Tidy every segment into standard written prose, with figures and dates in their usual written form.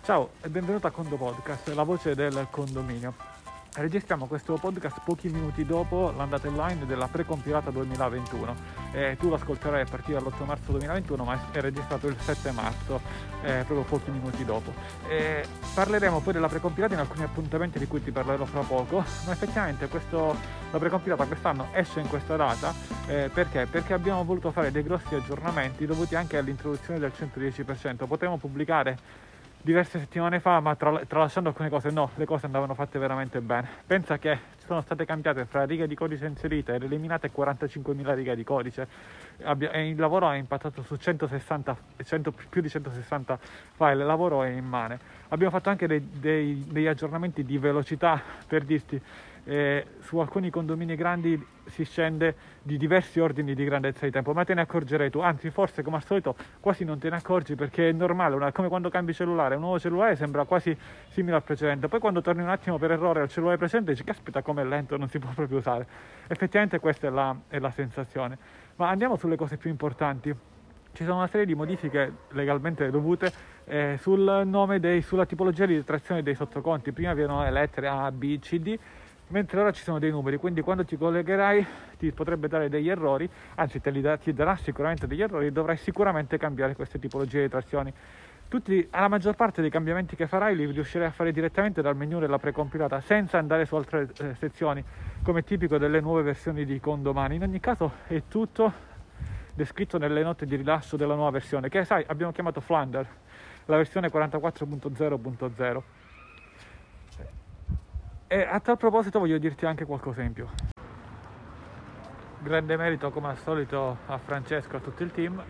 Ciao e benvenuto a Condo Podcast, la voce del condominio. Registriamo questo podcast pochi minuti dopo l'andata online della precompilata 2021. Tu lo ascolterai a partire dall'8 marzo 2021, ma è registrato il 7 marzo, proprio pochi minuti dopo. Parleremo poi della precompilata in alcuni appuntamenti di cui ti parlerò fra poco, ma effettivamente la precompilata quest'anno esce in questa data perché? Perché abbiamo voluto fare dei grossi aggiornamenti dovuti anche all'introduzione del 110%. Potremmo pubblicare diverse settimane fa, ma tralasciando alcune cose, no, le cose andavano fatte veramente bene. Pensa che sono state cambiate fra righe di codice inserite ed eliminate 45.000 righe di codice. Il lavoro ha impattato su più di 160 file, il lavoro è immane. Abbiamo fatto anche degli aggiornamenti di velocità, per dirti, su alcuni condomini grandi si scende di diversi ordini di grandezza di tempo, ma te ne accorgerai tu, anzi forse come al solito quasi non te ne accorgi, perché è normale, come quando cambi cellulare, un nuovo cellulare sembra quasi simile al precedente, poi quando torni un attimo per errore al cellulare precedente dici caspita com'è lento, non si può proprio usare. Effettivamente questa è la sensazione. Ma andiamo sulle cose più importanti. Ci sono una serie di modifiche legalmente dovute sulla tipologia di detrazione dei sottoconti. Prima avevano le lettere A, B, C, D, mentre ora ci sono dei numeri, quindi quando ti collegherai ti potrebbe dare degli errori, anzi ti darà sicuramente degli errori e dovrai sicuramente cambiare queste tipologie di detrazioni. La maggior parte dei cambiamenti che farai li riuscirai a fare direttamente dal menu della precompilata senza andare su altre sezioni, come tipico delle nuove versioni di Condomani. In ogni caso è tutto descritto nelle note di rilascio della nuova versione, che sai abbiamo chiamato Flounder, la versione 44.0.0. E a tal proposito voglio dirti anche qualcosa in più. Grande merito come al solito a Francesco e a tutto il team.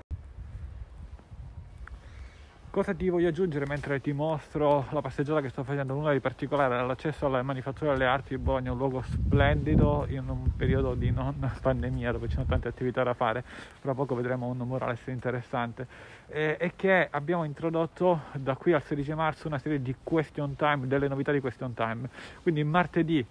Cosa ti voglio aggiungere mentre ti mostro la passeggiata che sto facendo? Nulla di particolare, all'accesso alla Manifattura delle Arti di Bologna, un luogo splendido in un periodo di non pandemia dove ci sono tante attività da fare. Fra poco vedremo un murales interessante e che abbiamo introdotto da qui al 16 marzo una serie di question time, delle novità di question time. Quindi martedì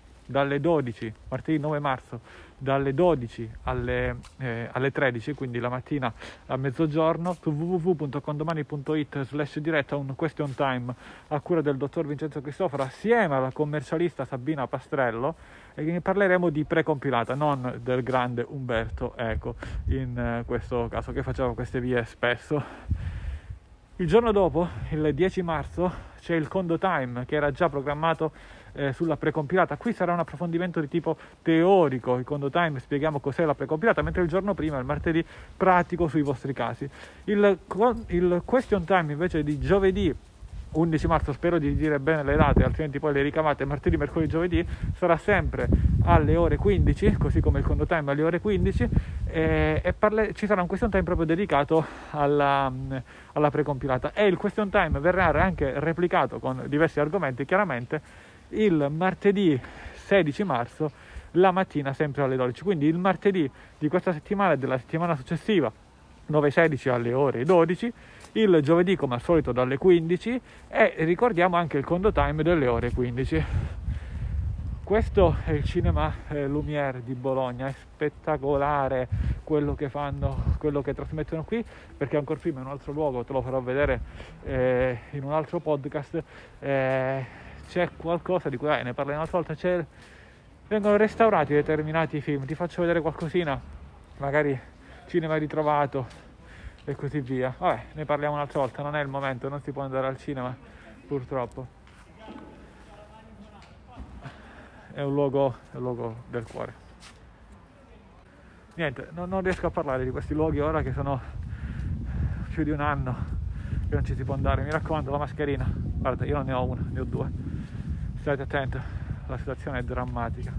9 marzo dalle 12 alle 13, quindi la mattina a mezzogiorno, su www.condomani.it/diretta un question time a cura del dottor Vincenzo Cristoforo assieme alla commercialista Sabina Pastrello, e ne parleremo di precompilata, non del grande Umberto Eco in questo caso, che faceva queste vie spesso. Il giorno dopo, il 10 marzo, c'è il Condo Time che era già programmato sulla precompilata. Qui sarà un approfondimento di tipo teorico, il Condo Time spieghiamo cos'è la precompilata, mentre il giorno prima, il martedì, pratico sui vostri casi. Il Question Time invece di giovedì 11 marzo, spero di dire bene le date, altrimenti poi le ricavate, martedì, mercoledì, giovedì, sarà sempre alle ore 15, così come il Condo Time alle ore 15, ci sarà un question time proprio dedicato alla precompilata, e il question time verrà anche replicato con diversi argomenti, chiaramente il martedì 16 marzo la mattina sempre alle 12, quindi il martedì di questa settimana e della settimana successiva 9-16 alle ore 12, il giovedì come al solito dalle 15, e ricordiamo anche il Condo Time delle ore 15. Questo è il Cinema Lumière di Bologna, è spettacolare quello che fanno, quello che trasmettono qui, perché ancora prima in un altro luogo, te lo farò vedere in un altro podcast, c'è qualcosa di cui ne parlo un'altra volta, vengono restaurati determinati film, ti faccio vedere qualcosina, magari cinema ritrovato e così via. Vabbè, ne parliamo un'altra volta, non è il momento, non si può andare al cinema purtroppo. È un luogo del cuore. Niente, non riesco a parlare di questi luoghi ora che sono più di un anno che non ci si può andare. Mi raccomando, la mascherina, guarda, io non ne ho una, ne ho due, state attenti, la situazione è drammatica.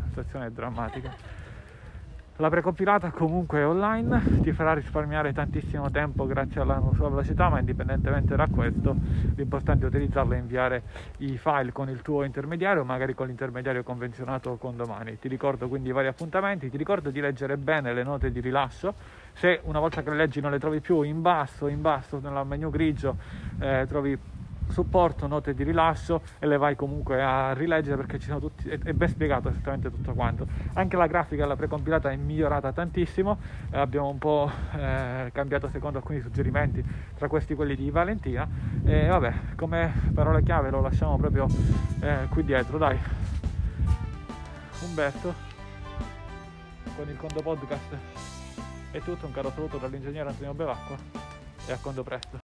La precompilata comunque è online, ti farà risparmiare tantissimo tempo grazie alla sua velocità, ma indipendentemente da questo l'importante è utilizzarla e inviare i file con il tuo intermediario, magari con l'intermediario convenzionato Condomani. Ti ricordo quindi i vari appuntamenti, ti ricordo di leggere bene le note di rilascio. Se una volta che le leggi non le trovi più, in basso nel menu grigio trovi supporto, note di rilascio, e le vai comunque a rileggere perché ci sono tutti, è ben spiegato esattamente tutto quanto. Anche la grafica della precompilata è migliorata tantissimo, abbiamo un po' cambiato secondo alcuni suggerimenti, tra questi quelli di Valentina, E vabbè, come parole chiave lo lasciamo proprio qui dietro, dai. Umberto, con il Condo Podcast è tutto, un caro saluto dall'ingegnere Antonio Bevacqua e a Condo presto.